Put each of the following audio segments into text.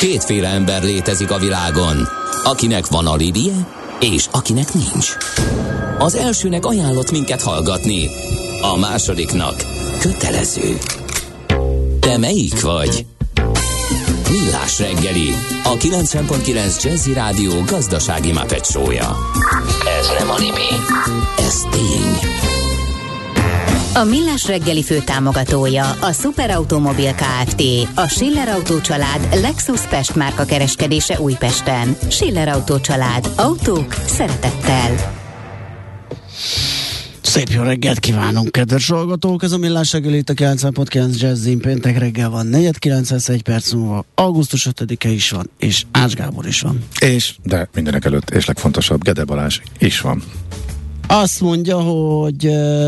Kétféle ember létezik a világon, akinek van alibije, és akinek nincs. Az elsőnek ajánlott minket hallgatni, a másodiknak kötelező. Te melyik vagy? Millás reggeli, a 90.9 Jazzy Rádió gazdasági Muppet show-ja. Ez nem anime, ez tény. A Millás reggeli főtámogatója a Superautomobil Kft. A Schiller Autó család Lexus Pest márka kereskedése Újpesten. Schiller Autó család. Autók szeretettel. Szép jó reggelt kívánunk, kedves hallgatók! Ez a Millás reggeli, itt a 90.9 Jazzin, péntek reggel van, 4:09 perc múlva, augusztus 5-e is van, és Ács Gábor is van. De mindenek előtt, és legfontosabb, Gede Balázs is van. Azt mondja, hogy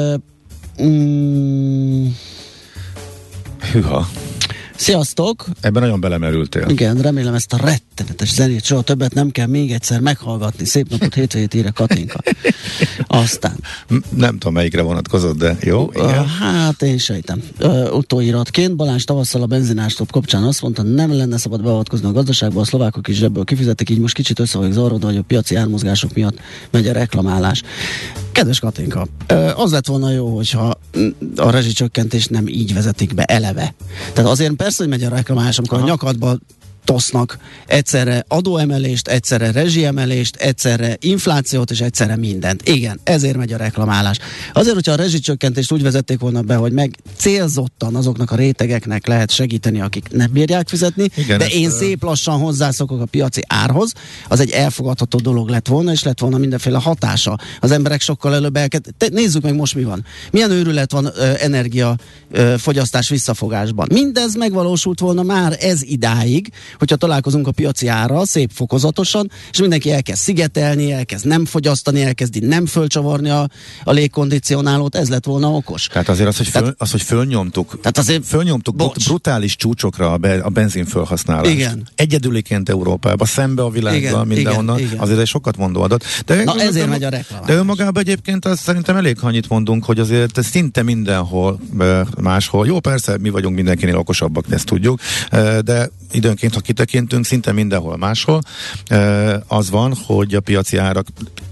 Hűha. sziasztok! Ebben nagyon belemerültél. Igen, remélem ezt a rettenetes zenét soha többet nem kell még egyszer meghallgatni. Szép napot, hétvégét írja Katinka. Aztán. Nem tudom, melyikre vonatkozott, de jó. Igen. Hát én sejtem. Utóiratként Balázs tavasszal a benzinástop kapcsán azt mondta, nem lenne szabad beavatkozni a gazdaságba, a szlovákok is zsebből kifizetik, így most kicsit össze vagyok zavarodva, hogy a piaci ármozgások miatt megy a reklamálás. Kedves Katinka, az lett volna jó, hogyha a rezsicsökkentést nem így vezetik be eleve. Tehát azért persze, hogy megy a reklamálás, amikor a nyakadba tosznak egyszerre adóemelést, egyszerre rezsiemelést, egyszerre inflációt és egyszerre mindent. Igen, ezért megy a reklamálás. Azért, hogyha a rezsicsökkentést úgy vezették volna be, hogy meg célzottan azoknak a rétegeknek lehet segíteni, akik nem bírják fizetni, igen, de én szép lassan hozzászokok a piaci árhoz, az egy elfogadható dolog lett volna, és lett volna mindenféle hatása. Az emberek sokkal előbb nézzük meg most mi van. Milyen őrület van energiafogyasztás visszafogásban. Mindez megvalósult volna már ez idáig, hogyha találkozunk a piaci árral szép fokozatosan, és mindenki elkezd szigetelni, elkezd nem fogyasztani, elkezdi nem fölcsavarni a légkondicionálót, ez lett volna okos. Tehát azért hogy fölnyomtuk, brutális csúcsokra a benzinfelhasználást. Igen. Egyedüliként Európában, szembe a világgal, mindenhonnan, igen. azért egy sokat mondó adat. Ezért megy a reklamálás. De önmagában egyébként azt szerintem elég annyit mondunk, hogy azért szinte mindenhol máshol. Jó, persze, mi vagyunk mindenkinél okosabbak, ezt tudjuk, de időnként, ha kitekintünk, szinte mindenhol máshol, az van, hogy a piaci árak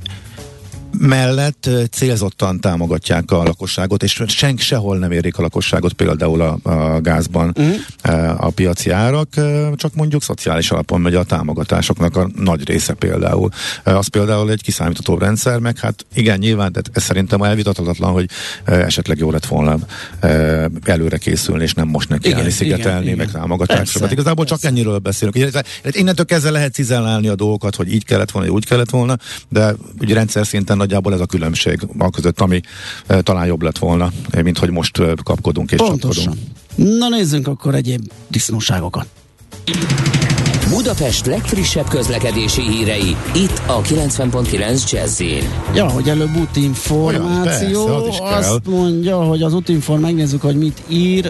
mellett célzottan támogatják a lakosságot, és sehol nem érik a lakosságot, például a gázban a piaci árak, csak mondjuk szociális alapon megy a támogatásoknak a nagy része például. Az például egy kiszámítható rendszer, meg hát igen, nyilván, de ez szerintem elvitathatatlan, hogy esetleg jó lett volna előre készülni, és nem most nekiállni, szigetelni, meg támogatásokat. Igazából csak ennyiről beszélünk. Innentől kezdve lehet cizellálni a dolgokat, hogy így kellett volna, úgy kellett volna, de ugye rendszer szinten nagyjából ez a különbség a között, ami talán jobb lett volna, mint hogy most kapkodunk és csapkodunk. Na nézzünk akkor egyéb disznóságokat. Budapest legfrissebb közlekedési hírei, itt a 90.9 Jazz-in. Ja, hogy előbb útinformáció. Persze, azt mondja, hogy az Útinform, megnézzük, hogy mit ír.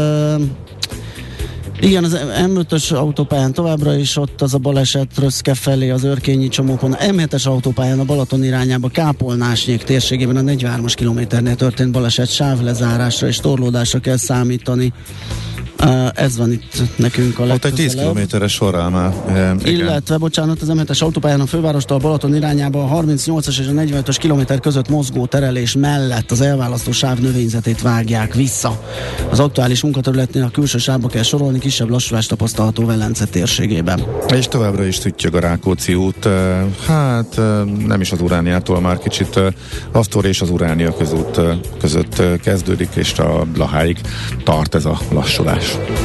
Igen, az M5-ös autópályán továbbra is ott az a baleset Röszke felé az Örkényi csomópon. M7-es autópályán a Balaton irányába Kápolnásnyék térségében a 43-as kilométernél történt baleset, sávlezárásra és torlódásra kell számítani. Ez van itt nekünk a legközelebb. Ott egy 10 kilométeres sor áll már. Illetve, bocsánat, az M7-es autópályán a fővárostól a Balaton irányába a 38-as és a 45-ös kilométer között mozgó terelés mellett az elválasztó sáv növényzetét vágják vissza. Az aktuális munkaterületnél a külső sávba kell sorolni, kisebb lassulás tapasztalható Velence térségében. És továbbra is szüttyög a Rákóczi út. Hát nem is az Urániától, már kicsit Asztor és az Uránia között kezdődik, és a Blaháig tart ez a lassulás.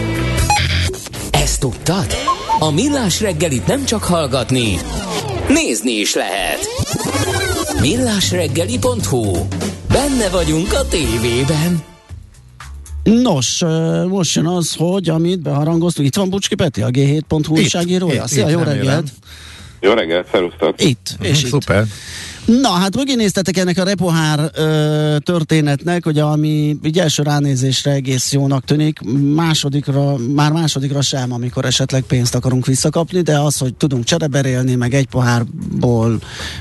Ezt tudtad? A Millás reggelit nem csak hallgatni, nézni is lehet. millásreggeli.hu. Benne vagyunk a tévében. Nos, most jön az, hogy amit beharangoztuk, itt van Bucski Peti, a G7.hu újságírója. Szia, jó reggelt! Jó reggelt, szerusztok! Itt, és itt. Szuper! Na, hát mögé néztetek ennek a repohár történetnek, ugye, ami így első ránézésre egész jónak tűnik, másodikra sem, amikor esetleg pénzt akarunk visszakapni, de az, hogy tudunk csereberélni, meg egy pohárból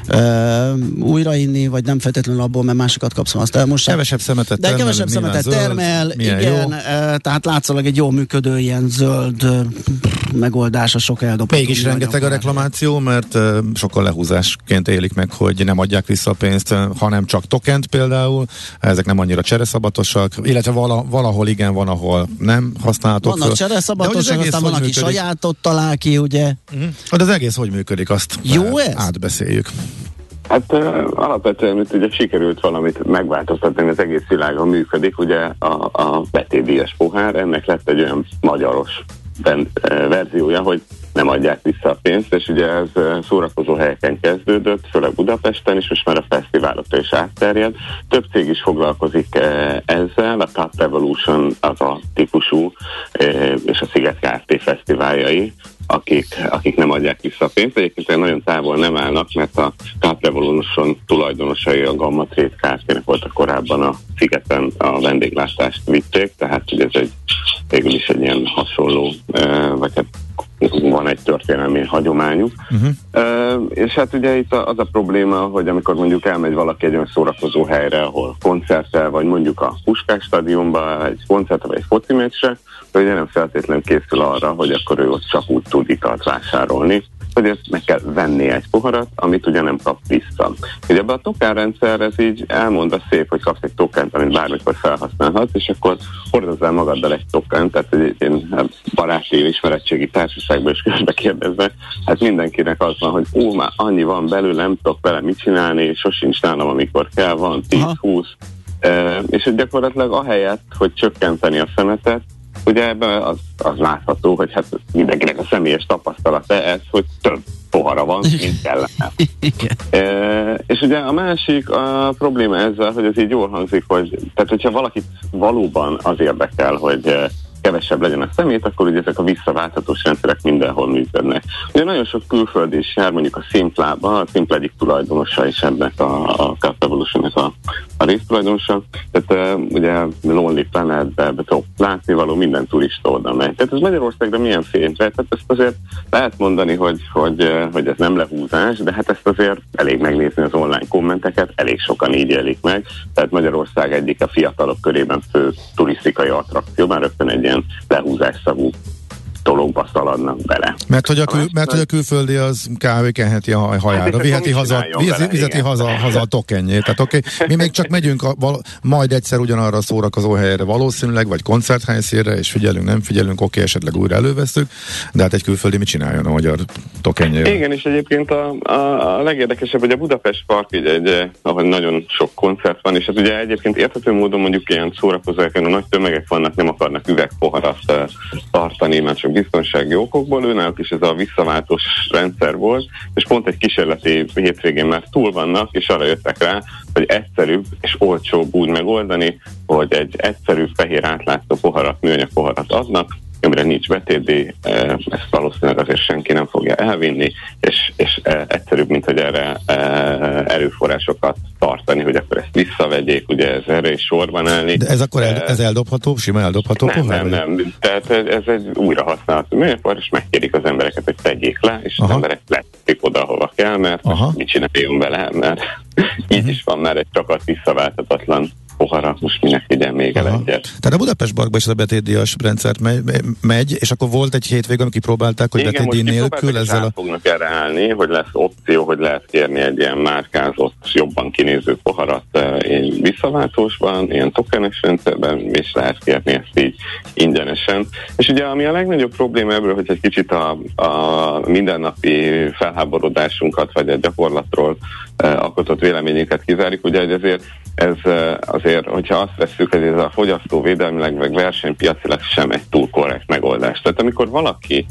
újrainni, vagy nem feltétlenül abból, mert másikat kapsz, azt elmossák. Kevesebb szemetet termel. De kevesebb szemetet termel, igen, tehát látszólag egy jól működő ilyen zöld megoldás a sok eldobható. Mégis rengeteg a reklamáció, mert sokkal lehúzásként élik meg, hogy nem adják vissza a pénzt, hanem csak tokent például, ezek nem annyira csereszabatosak, illetve valahol igen, van, ahol nem használhatók. Vannak csereszabatosak, aztán van, aki sajátot talál ki, ugye? De az egész hogy működik, azt jó ez? átbeszéljük. Hát alapvetően ugye sikerült valamit megváltoztatni, az egész világon működik, ugye a betétdíjas pohár, ennek lett egy olyan magyaros verziója, hogy nem adják vissza a pénzt, és ugye ez szórakozó helyeken kezdődött, főleg Budapesten, és most már a fesztiválokra is átterjed. Több cég is foglalkozik ezzel, a Cup Revolution az a típusú, és a Sziget Kft. Fesztiváljai, akik nem adják vissza a pénzt. Egyébként nagyon távol nem állnak, mert a Cup Revolution tulajdonosai a Gamma Trade Kft.-nek voltak korábban a Szigeten a vendéglátást vitték, tehát ugye ez végül is egy ilyen hasonló, vagy hát van egy történelmi hagyományuk. És hát ugye itt az a probléma, hogy amikor mondjuk elmegy valaki egy olyan szórakozó helyre, ahol koncerttel, vagy mondjuk a Puskás stadionba, egy koncertre, vagy egy foci meccsre, hogy nem feltétlenül készül arra, hogy akkor ő ott csak úgy tud italt vásárolni, hogy ezt meg kell venni egy poharat, amit ugye nem kap vissza. Ugye ebben a tokenrendszer ez így elmondva szép, hogy kapsz egy tokent, amit bármikor felhasználhatsz, és akkor hordozzál magaddal egy tokent, tehát egy ilyen baráti ismeretségi társaságban is közbe kérdezve, hát mindenkinek az van, hogy már annyi van belőle, nem tudok vele mit csinálni, sosincs nálam, amikor kell, van 10-20, és gyakorlatilag ahelyett, hogy csökkenteni a szemetet, ugye ebben az látható, hogy hát mindenkinek a személyes tapasztalata ez, hogy több pohara van, mint kellene. És ugye a másik a probléma ezzel, hogy ez így jól hangzik, hogy tehát hogyha valakit valóban az érdekel, hogy kevesebb legyen a szemét, akkor ugye ezek a visszaválthatós rendszerek mindenhol működnek. Ugye nagyon sok külföldi is jár, mondjuk a Simplába, a Simpla egyik tulajdonosa is ennek a Cup Revolution-nek a résztulajdonosa, tehát ugye Lonely Planet-be látni való minden turista oda megy. Tehát ez Magyarországra milyen fényre? Tehát ezt azért lehet mondani, hogy ez nem lehúzás, de hát ezt azért elég megnézni az online kommenteket, elég sokan így élik meg. Tehát Magyarország egyik a fiatalok körében fő turisztikai attrakció, már rögtön egy ilyen lehúzásszagú dologba szaladnak bele. Mert hogy a külföldi az kenheti a hajára, hát vizeti haza a tokenjét. Tehát oké, mi még csak megyünk majd egyszer ugyanarra a szórakozó helyre valószínűleg, vagy koncerthelyszínre, és figyelünk, nem figyelünk, oké, esetleg újra elővesztük, de hát egy külföldi mit csináljon a magyar tokenjével? Igen, és egyébként a legérdekesebb, hogy a Budapest Park, ahol nagyon sok koncert van, és ez ugye egyébként érthető módon mondjuk ilyen szórakozó helyeken, a nagy tömegek vannak, nem akarnak üvegpoharat tartani, már csak biztonsági okokból, őnáluk is ez a visszaváltós rendszer volt, és pont egy kísérleti hétvégén már túl vannak, és arra jöttek rá, hogy egyszerűbb és olcsóbb úgy megoldani, hogy egy egyszerű fehér átlátszó poharat, műanyag poharat adnak, amire nincs betétdíj, ezt valószínűleg azért senki nem fogja elvinni, és egyszerűbb, mint hogy erre erőforrásokat tartani, hogy akkor ezt visszavegyék, ugye ez erre is sorban állni. De ez akkor ez eldobható, sima eldobható pohár? Nem. Tehát ez egy újrahasználatú műanyagpohár, és megkérik az embereket, hogy tegyék le, és az emberek lették oda, ahova kell, mert mit csináljon vele, mert így is van már egy csapat visszaváltatatlan pohara, most minek vigyen még el egyet. Tehát a Budapest Parkban is a betétdíjas rendszert megy, és akkor volt egy hétvégén, amikor kipróbálták, hogy betétdíj nélkül ezzel a... fognak erre állni, hogy lesz opció, hogy lehet kérni egy ilyen márkázott, jobban kinéző poharat visszaváltósban, ilyen tokenes rendszerben, és lehet kérni ezt így ingyenesen. És ugye ami a legnagyobb probléma ebből, hogy egy kicsit a mindennapi felháborodásunkat, vagy a gyakorlatról alkotott véleményünket kizárjuk, ugye, hogy azért, hogyha azt vesszük, hogy ez a fogyasztóvédelmileg, meg versenypiacilag sem egy túl korrekt megoldás. Tehát amikor valaki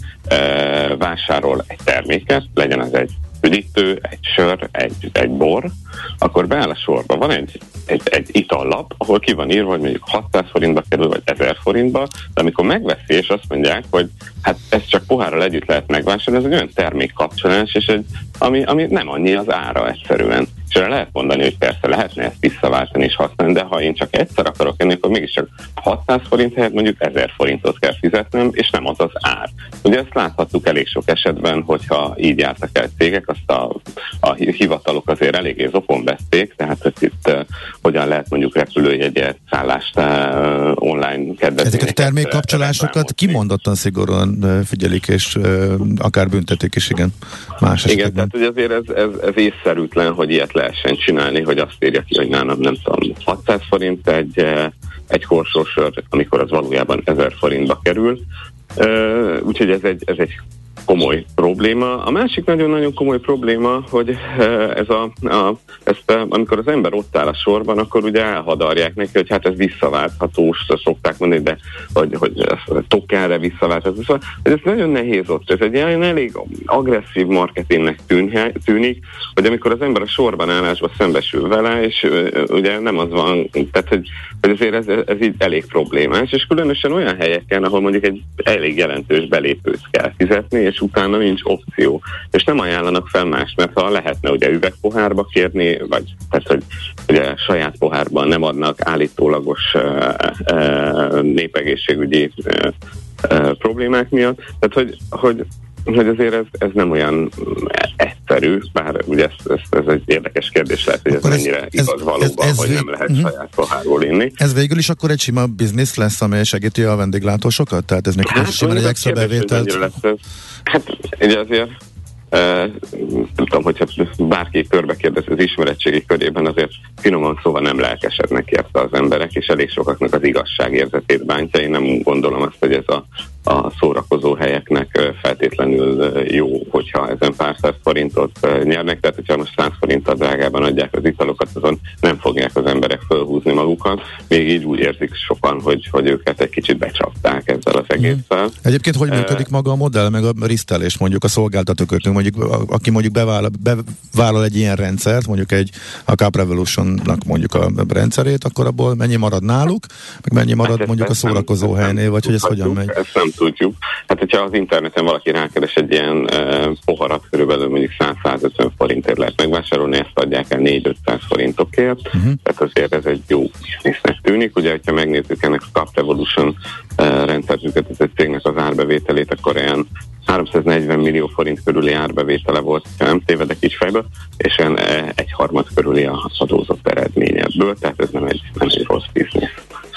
vásárol egy terméket, legyen az egy üdítő, egy sör, egy bor, akkor beáll a sorba. Van egy itallap, ahol ki van írva, hogy mondjuk 600 forintba kerül, vagy 1000 forintba, de amikor megveszi, és azt mondják, hogy hát ezt csak pohárral együtt lehet megvásárolni, ez egy olyan termékkapcsolás, és ami nem annyi az ára egyszerűen. És erre lehet mondani, hogy persze lehetne ezt visszaváltani és használni, de ha én csak egyszer akarok enni, akkor mégiscsak 600 forint helyett mondjuk 1000 forintot kell fizetnem, és nem az az ár. Ugye ezt láthattuk elég sok esetben, hogyha így jártak el cégek, azt a hivatalok azért eléggé zokon vették, tehát hogy itt hogyan lehet mondjuk repülőjegyet, szállást online kedvezni. Ezeket a termékkapcsolásokat kimondottan szigorúan figyelik, és akár büntetik is, igen. Más igen, esetben. tehát ugye azért ez észszerűtlen, hogy ilyet lehessen csinálni, hogy azt írja ki, hogy nálam nem tudom, 600 forint egy korsósör, amikor az valójában 1000 forintba kerül. Úgyhogy ez egy komoly probléma. A másik nagyon-nagyon komoly probléma, hogy amikor az ember ott áll a sorban, akkor ugye elhadarják neki, hogy hát ez visszaváltható, szokták mondani, de hogy tokenre visszaváltható. Szóval, ez nagyon nehéz ott. Ez egy ilyen elég agresszív marketingnek tűnik, hogy amikor az ember a sorban állásba szembesül vele, és ugye nem az van, tehát hogy azért ez így elég problémás, és különösen olyan helyeken, ahol mondjuk egy elég jelentős belépőt kell fizetni, és utána nincs opció. És nem ajánlanak fel más, mert ha lehetne ugye üvegpohárba kérni, vagy tehát, hogy ugye saját pohárban nem adnak állítólagos népegészségügyi problémák miatt. Tehát, hogy azért ez nem olyan egyszerű, bár ugye ez egy érdekes kérdés lehet, hogy ez mennyire igaz valóban, hogy nem lehet saját pohárból inni. Ez végül is akkor egy sima biznisz lesz, amely segíti a vendéglátósokat? Tehát ez nekik is simán egy extra bevételt? Hát ugye azért nem tudom, hogyha bárki körbe kérdez az ismeretségi körében, azért finoman szóval nem lelkesednek érte az emberek, és elég sokaknak az igazságérzetét bántja. Én nem gondolom azt, hogy ez a szórakozó helyeknek feltétlenül jó, hogyha ezen pár száz forintot nyernek, tehát hogyha most 100 forinttal drágában adják az italokat, azon nem fogják az emberek fölhúzni magukat, még így úgy érzik sokan, hogy őket egy kicsit becsapták ezzel az egésszel. Egyébként hogy működik maga a modell, meg a risztelés mondjuk a szolgáltatók, aki mondjuk bevállal egy ilyen rendszert, mondjuk a Cup Revolution-nak mondjuk a rendszerét, akkor abból mennyi marad náluk, meg mennyi marad mondjuk a szórakozó helynél, vagy hogy ez hogyan megy? Ezt nem tudjuk. Hát, hogyha az interneten valaki rákeres egy ilyen poharat, körülbelül mondjuk 100-150 forintért lehet megvásárolni, ezt adják el 4-500 forintokért. Tehát azért ez egy jó biznisznek tűnik. Ugye, hogyha megnézzük ennek a Cup Revolution rendszerünket, ez egy cégnek az árbevételét, akkor ilyen 340 millió forint körüli árbevétele volt, ha nem tévedek így fejbe, és olyan egyharmad körüli a adózott eredmény ebből, tehát ez nem egy rossz biznisz.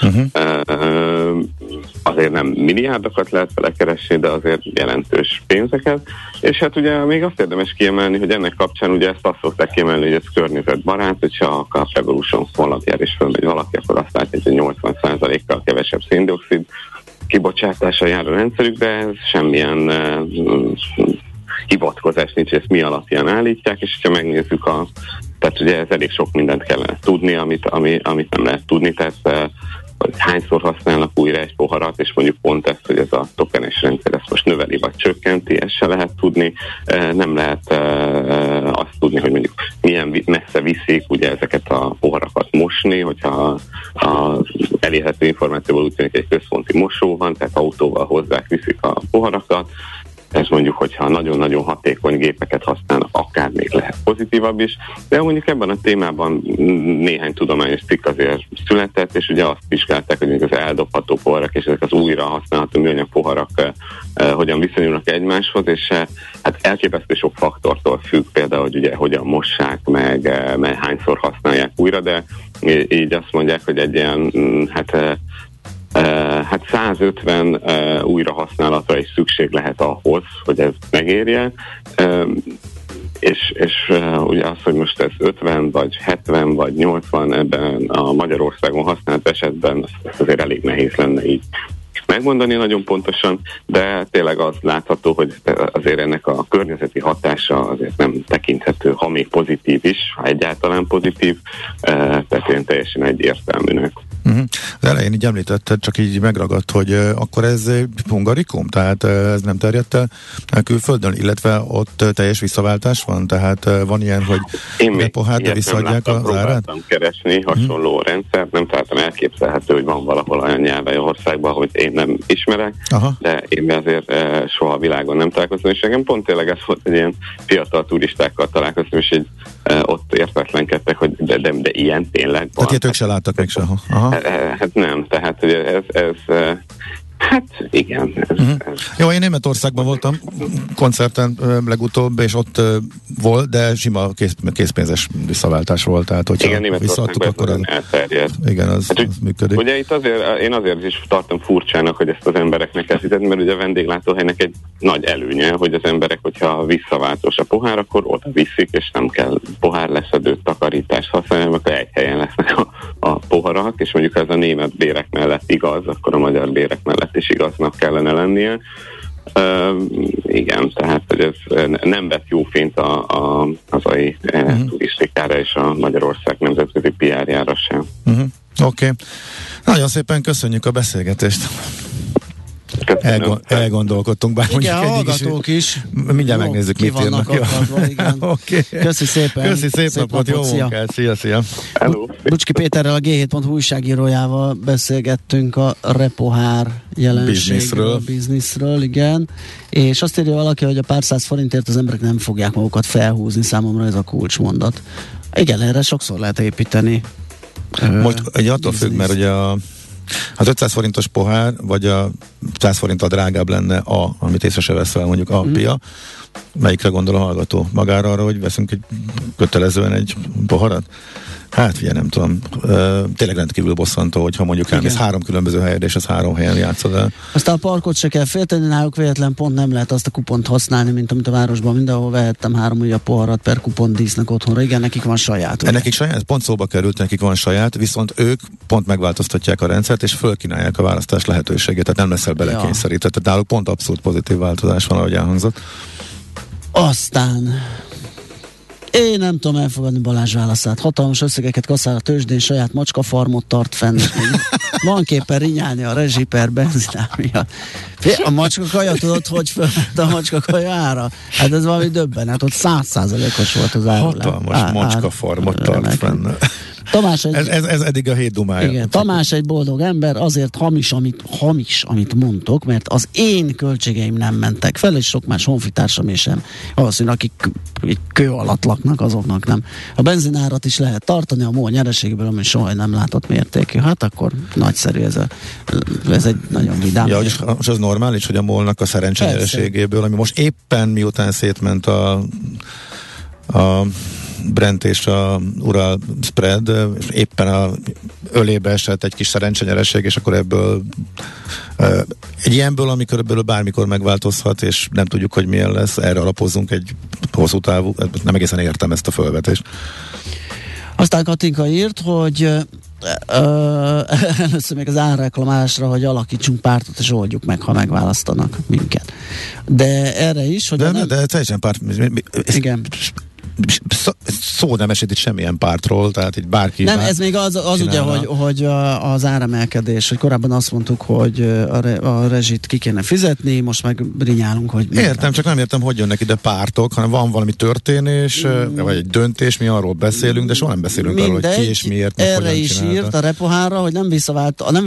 Azért nem milliárdokat lehet vele keresni, de azért jelentős pénzeket. És hát ugye még azt érdemes kiemelni, hogy ennek kapcsán ugye ezt azt szokták kiemelni, hogy ez környezetbarát, hogyha a Cup Revolution honlapjára is fölmegy valaki, akkor azt látja, hogy 80%-kal kevesebb széndioxid kibocsátása jár a rendszerük, de ez semmilyen hivatkozás nincs, ezt mi alapján állítják, és ha megnézzük tehát ugye ez elég sok mindent kellene tudni, amit nem lehet tudni, tehát hogy hányszor használnak újra egy poharat, és mondjuk pont ezt, hogy ez a tokenes rendszer ezt most növeli vagy csökkenti, ezt se lehet tudni. Nem lehet azt tudni, hogy mondjuk milyen messze viszik ugye ezeket a poharakat mosni, hogyha az elérhető információval úgy tűnik, egy központi mosó van, tehát autóval hozzák, viszik a poharakat. Ez mondjuk, hogyha nagyon-nagyon hatékony gépeket használnak, akár még lehet pozitívabb is, de mondjuk ebben a témában néhány tudományos cikk azért született, és ugye azt vizsgálták, hogy az eldobható poharak és ezek az újra használható műanyag poharak hogyan viszonyulnak egymáshoz, és hát elképesztő sok faktortól függ, például, hogy ugye hogyan mossák meg hányszor használják újra, de így azt mondják, hogy egy ilyen, hát 150 újrahasználatra is szükség lehet ahhoz, hogy ez megérje, és ugye az, hogy most ez 50 vagy 70 vagy 80 ebben a Magyarországon használt esetben, ez azért elég nehéz lenne így megmondani nagyon pontosan, de tényleg az látható, hogy azért ennek a környezeti hatása azért nem tekinthető, ha még pozitív is, ha egyáltalán pozitív, tehát én teljesen egyértelműnek. Az elején így említetted, csak így megragadt, hogy akkor ez hungarikum, tehát ez nem terjedt el külföldön, illetve ott teljes visszaváltás van, tehát van ilyen, hogy pohárba visszaadják az árát? Próbáltam keresni hasonló rendszert, nem találtam elképzelhető, hogy van valahol olyan nyelvei országban, hogy én nem ismerek, de én azért soha a világon nem találkoztam, és nekem pont tényleg ez volt, hogy ilyen fiatal turistákkal találkoztam, és így ott értetlenkedtek, hogy de ilyen tényleg van. Tehát ők se láttak meg sehol. Hát nem, tehát hogy ez hát igen. Jó, én Németországban voltam koncerten legutóbb, és ott volt, de sima készpénzes visszaváltás volt, tehát hogyha visszaadtuk, akkor az elterjedt. Igen, az működik. Ugye itt én azért is tartom furcsának, hogy ezt az embereknek kell fizetni, mert ugye a vendéglátóhelynek egy nagy előnye, hogy az emberek, hogyha visszaváltós a pohár, akkor oda viszik, és nem kell pohárleszedőt, takarítást használni, akkor egy helyen lesznek a poharak, és mondjuk ez a német bérek mellett igaz, akkor a magyar bérek mellett is igaznak kellene lennie. Igen, tehát hogy ez nem vett jó fényt a hazai turisztikára és a Magyarország nemzetközi PR-jára sem. Oké. Nagyon szépen köszönjük a beszélgetést. Elgondolkodtunk, bár igen, mondjuk hallgatók is. Mindjárt megnézzük, mit írnak. Okay. Köszi szépen. Köszi, szép napot, jó munkát. Szia. Bucski Péterrel, a G7.hu újságírójával beszélgettünk a repohár jelenségről, bizniszről, igen. És azt írja valaki, hogy a pár száz forintért az emberek nem fogják magukat felhúzni, számomra ez a kulcsmondat. Igen, erre sokszor lehet építeni. Most egy attól függ, mert ugye az 500 forintos pohár, vagy a 100 forinttal drágább lenne amit észre se vesz fel, mondjuk a pia. Melyikre gondol a hallgató? Magára arra, hogy veszünk kötelezően egy poharat? Hát figyelj, nem tudom. Tényleg rendkívül bosszantó, hogyha mondjuk elmész 3 különböző helyre, és az 3 helyen játszod el. Aztán a parkot se kell félteni, náluk véletlen pont nem lehet azt a kupont használni, mint amit a városban mindenhol vehettem 3 újabb poharat per kupon dísznek otthonra. Igen, nekik van saját. Nekik saját, pont szóba került, nekik van saját, viszont ők pont megváltoztatják a rendszert, és fölkínálják a választás lehetőségét, tehát nem leszel belekényszerített. Tehát náluk pont abszolút pozitív változás van, ahogy elhangzott. Aztán én nem tudom elfogadni Balázs válaszát. Hatalmas összegeket kaszál a tőzsdén, saját macskafarmot tart fenn. Van képen rinyálni a rezsi per benzinár miatt. A macskakaja, tudod, hogy fölment a macskakaja ára? Hát ez valami döbbenet, ott 100%-os volt az ára. Hatalmas macskafarmot tart fenn. Tamás ez eddig a 7 dumája. Igen, Tamás egy boldog ember, azért hamis, amit mondtok, mert az én költségeim nem mentek fel, és sok más honfitársam és sem. Valószínűleg, akik kő alatt laknak, azoknak nem. A benzinárat is lehet tartani, a MOL nyereségből, ami soha nem látott mértékű. Hát akkor nagyszerű ez egy nagyon vidám. Ja, és az normális, hogy a MOL-nak a szerencse nyereségéből, ami most éppen miután szétment a Brent és a Ural spread, és éppen a ölébe esett egy kis szerencsenyereség, és akkor ebből egy ilyenből, amikor ebből bármikor megváltozhat, és nem tudjuk, hogy milyen lesz, erre alapozzunk egy hosszú távú, nem egészen értem ezt a fölvetést. Aztán Katinka írt, hogy először még az árreklamásra, hogy alakítsunk pártot, és oldjuk meg, ha megválasztanak minket. De erre is, hogy... De teljesen párt... Igen. Szó nem esett itt semmilyen pártról, tehát itt bárki... Nem, ez még az ugye, hogy az áremelkedés, hogy korábban azt mondtuk, hogy a rezsit ki kéne fizetni, most meg rinyálunk, hogy... Értem, csak nem értem, hogy jönnek ide pártok, hanem van valami történés, vagy egy döntés, mi arról beszélünk, de soha nem beszélünk arról, hogy ki és miért, meg erre is írt a repohárra, hogy a nem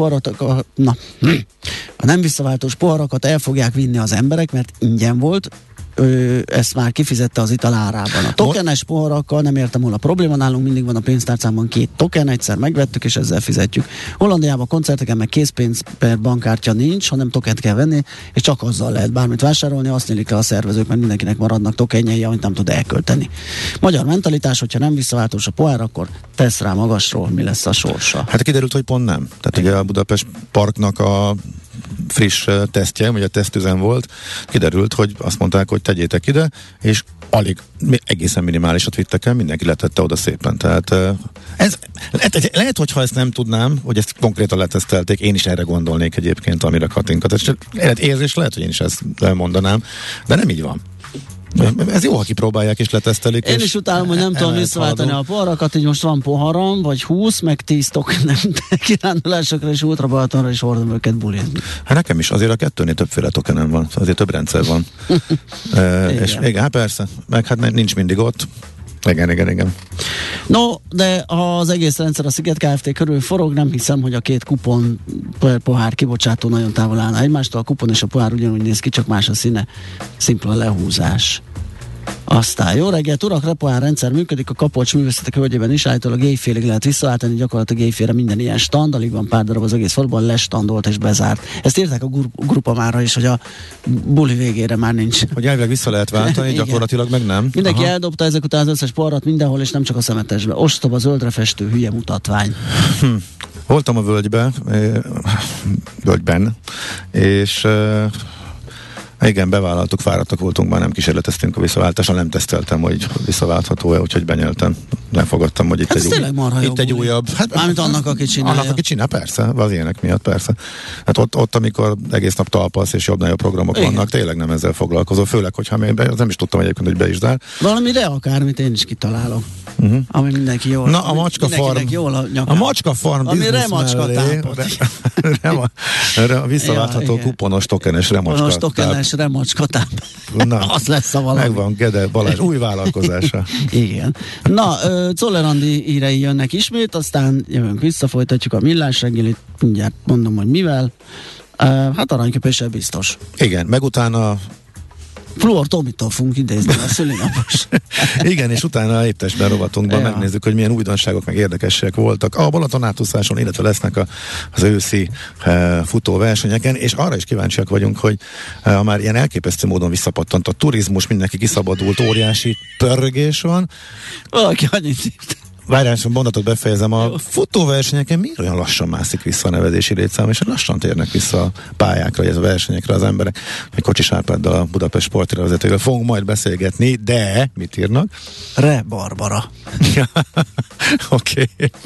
visszaváltós poharakat el fogják vinni az emberek, mert ingyen volt, ezt már kifizette az ital árában. A tokenes poharakkal nem értem, hol a probléma, nálunk mindig van a pénztárcámban 2 token, egyszer megvettük, és ezzel fizetjük. Hollandiában koncerteken meg készpénz per bankkártya nincs, hanem tokent kell venni, és csak azzal lehet bármit vásárolni, azt nyílik le a szervezők, mert mindenkinek maradnak tokenjei, amit nem tud elkölteni. Magyar mentalitás, hogyha nem visszaváltós a pohár, akkor tesz rá magasról, mi lesz a sorsa. Hát kiderült, hogy pont nem. Tehát ugye a Budapest Parknak a friss tesztje, vagy a tesztüzem volt, kiderült, hogy azt mondták, hogy tegyétek ide, és egészen minimálisat vittek el, mindenki letette oda szépen. Tehát ez lehet, hogyha ezt nem tudnám, hogy ezt konkrétan letesztelték, én is erre gondolnék egyébként, amire Katinka. Tehát érzés lehet, hogy én is ezt mondanám, de nem így van. Ez jó, ha kipróbálják és letesztelik. Én is utálom, hogy nem tudom visszaváltani a poharakat, így most van poharam, vagy 20, meg 10 tokenem kirándulásokra és Ultrabalatonra is hordom őket bulizni. Hát nekem is, azért a 2-nél többféle tokenem van, azért több rendszer van. És igen, hát persze, meg hát nincs mindig ott. Igen. No, de az egész rendszer a Sziget Kft. Körül forog, nem hiszem, hogy a két kupon per pohár kibocsátó nagyon távol állna egymástól. A kupon és a pohár ugyanúgy néz ki, csak más a színe. Szimpla lehúzás. Aztán jó reggelt, urak, repohár rendszer működik, a Kapocs művészetek völgyében is, állítólag éjfélig lehet visszaállítani, gyakorlatilag éjfélre minden ilyen stand, alig van pár darab az egész faluban, lestandolt és bezárt. Ezt írták a grupa mára is, hogy a buli végére már nincs. Hogy elvileg vissza lehet váltani, gyakorlatilag meg nem. Mindenki eldobta ezek után az összes poharat mindenhol, és nem csak a szemetesbe. Ostoba, zöldre festő, hülye mutatvány. Voltam a völgyben, és igen, bevállaltuk, fáradtak voltunk, már nem kísérleteztünk a visszaváltáson, nem teszteltem, hogy visszaváltható-e, úgyhogy benyeltem. Lefogadtam, hogy itt egy újabb. Hát, mármint annak, aki csinálja. Annak, aki csinál, persze, az ilyenek miatt, persze. Hát ott amikor egész nap talpasz és jobb-nagyobb programok vannak, tényleg nem ezzel foglalkozol, főleg, hogyha nem is tudtam egyébként, hogy be is zár. Valamire akármit én is kitalálok. Ami mindenki jól. Na, a macska farm ami remacska tápot. A visszaváltható kuponos tokenes remacska táp. Na, az lesz a valami. Megvan Gede Balázs új vállalkozása. Igen. Na, Czoller Andi hírei jönnek ismét, aztán jövünk vissza, folytatjuk a millás reggelit, mindjárt mondom, hogy mivel. Hát aranyköpéssel biztos. Igen, meg utána Fluor Tomitól fogunk idézni a szülinapos. Igen, és utána épp testben rovatunkban megnézzük, hogy milyen újdonságok meg érdekességek voltak a Balaton-átúszáson, illetve lesznek az őszi futóversenyeken, és arra is kíváncsiak vagyunk, hogy már ilyen elképesztő módon visszapattant a turizmus, mindenki kiszabadult, óriási pörgés van. Valaki annyit írt. Várjál, mondatot befejezem, a futóversenyeken miért olyan lassan mászik vissza a nevezési létszám, és lassan térnek vissza a pályákra, ez a versenyekre az emberek. Egy Kocsis Árpáddal, a Budapest sportirovezetővel fogunk majd beszélgetni, de mit írnak? Re Barbara. Oké.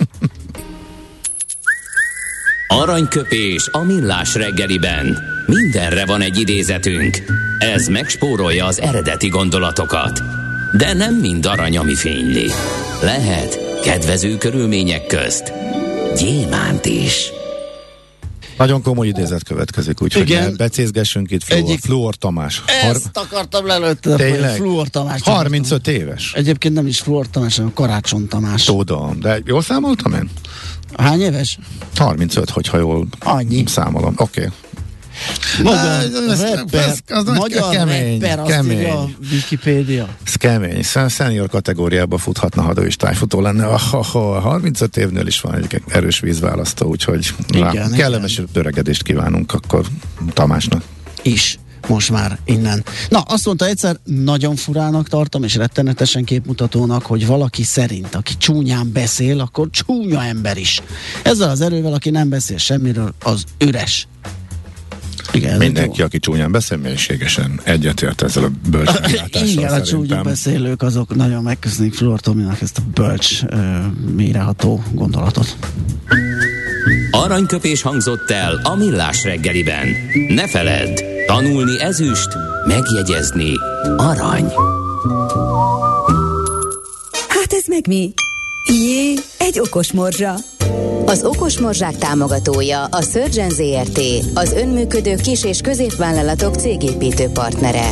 Aranyköpés a millás reggeliben. Mindenre van egy idézetünk. Ez megspórolja az eredeti gondolatokat. De nem mind arany, ami fényli. Lehet kedvező körülmények közt gyémánt is. Nagyon komoly idézet következik, úgyhogy becézgessünk itt. Fluor Tamás. Ezt akartam lelőtte, hogy Fluor Tamás. 35 éves. Egyébként nem is Fluor Tamás, hanem Karácsony Tamás. Tudom, de jól számoltam én? Hány éves? 35, hogyha jól számolom. Oké. Magyar rapper, azt írja a Wikipédia. Ez kemény. Senior kategóriába futhatna, ha ő is tájfutó lenne. 35 évnél is van egy erős vízválasztó, úgyhogy kellemes öregedést kívánunk akkor Tamásnak. Is. Most már innen. Na, azt mondta egyszer, nagyon furának tartom, és rettenetesen képmutatónak, hogy valaki szerint, aki csúnyán beszél, akkor csúnya ember is. Ezzel az erővel, aki nem beszél semmiről, az üres. Igen, mindenki, aki csúnyán beszél, mélységesen egyetért ezzel a bölcs meglátással. Igen, a csúnya beszélők, azok nagyon megköszönjük Fluor Tominak ezt a bölcs, mélyreható gondolatot. Aranyköpés hangzott el a millás reggeliben. Ne feledd, tanulni ezüst, megjegyezni arany. Hát ez meg mi? Jé, egy okos morzsa. Az okos morzsák támogatója a Surgeon Zrt., az önműködő kis- és középvállalatok cégépítő partnere.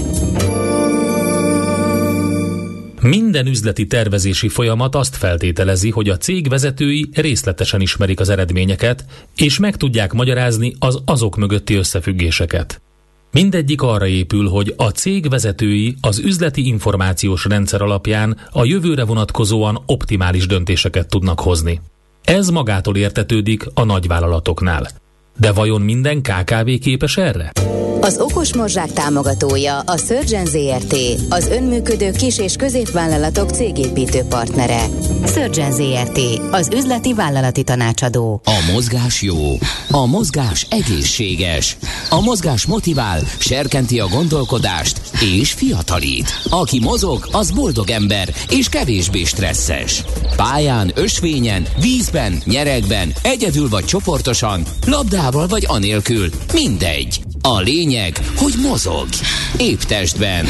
Minden üzleti tervezési folyamat azt feltételezi, hogy a cég vezetői részletesen ismerik az eredményeket, és meg tudják magyarázni az azok mögötti összefüggéseket. Mindegyik arra épül, hogy a cég vezetői az üzleti információs rendszer alapján a jövőre vonatkozóan optimális döntéseket tudnak hozni. Ez magától értetődik a nagyvállalatoknál. De vajon minden KKV képes erre? Az okos morzsák támogatója a Surgeon Zrt., az önműködő kis- és középvállalatok cégépítő partnere. Surgeon Zrt., az üzleti vállalati tanácsadó. A mozgás jó, a mozgás egészséges, a mozgás motivál, serkenti a gondolkodást és fiatalít. Aki mozog, az boldog ember és kevésbé stresszes. Pályán, ösvényen, vízben, nyeregben, egyedül vagy csoportosan, labdával vagy anélkül, mindegy. A lényeg, hogy mozog. Épp testben.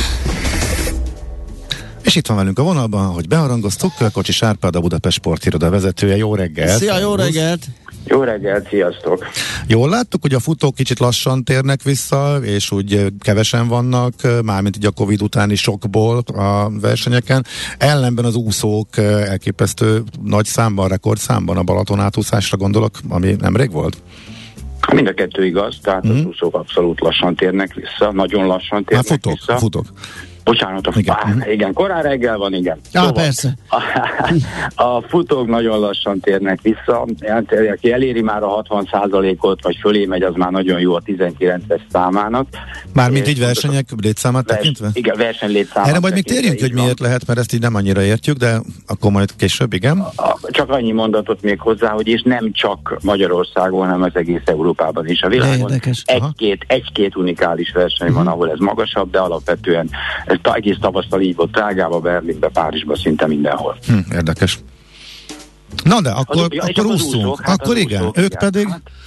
És itt van velünk a vonalban, hogy beharangoztuk, Kocsis Árpád, a Budapest sportiroda vezetője. Jó reggelt! Szia, jó reggelt! Jó reggelt, sziasztok! Jól láttuk, hogy a futók kicsit lassan térnek vissza, és úgy kevesen vannak, mármint így a Covid utáni sokból a versenyeken. Ellenben az úszók elképesztő nagy számban, rekordszámban, a Balaton átúszásra gondolok, ami nemrég volt? Mind a kettő igaz, tehát az úszók abszolút lassan térnek vissza, nagyon lassan térnek vissza. Futók. Bocsánat, igen, korán reggel van, igen. Szóval persze. A futók nagyon lassan térnek vissza, aki eléri már a 60%-ot, vagy fölé megy, az már nagyon jó a 19-es számának. Mármint így versenyek létszámát tekintve? Igen, versenylétszámát. Erre majd még térjünk, hogy miért lehet, mert ezt így nem annyira értjük, de akkor majd később, igen. Csak annyi mondatot még hozzá, hogy és nem csak Magyarországon, hanem az egész Európában is. A világon egy-két unikális verseny van, ahol ez magasabb, de alapvetően ez egész tavasztal így volt Prágába, Berlinbe, Párizsba, szinte mindenhol. Érdekes. Na de, akkor úszunk. Akkor igen, úszók, ők pedig...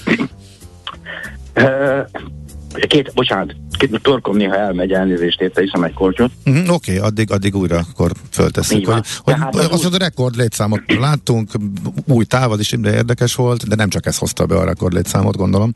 Bocsánat, torkom néha elmegy, elnézést, érte, iszom egy kortyot. Oké, addig újra akkor föltesszük. Hogy azt a rekord létszámot láttunk, új távad is érdekes volt, de nem csak ez hozta be a rekord létszámot, gondolom.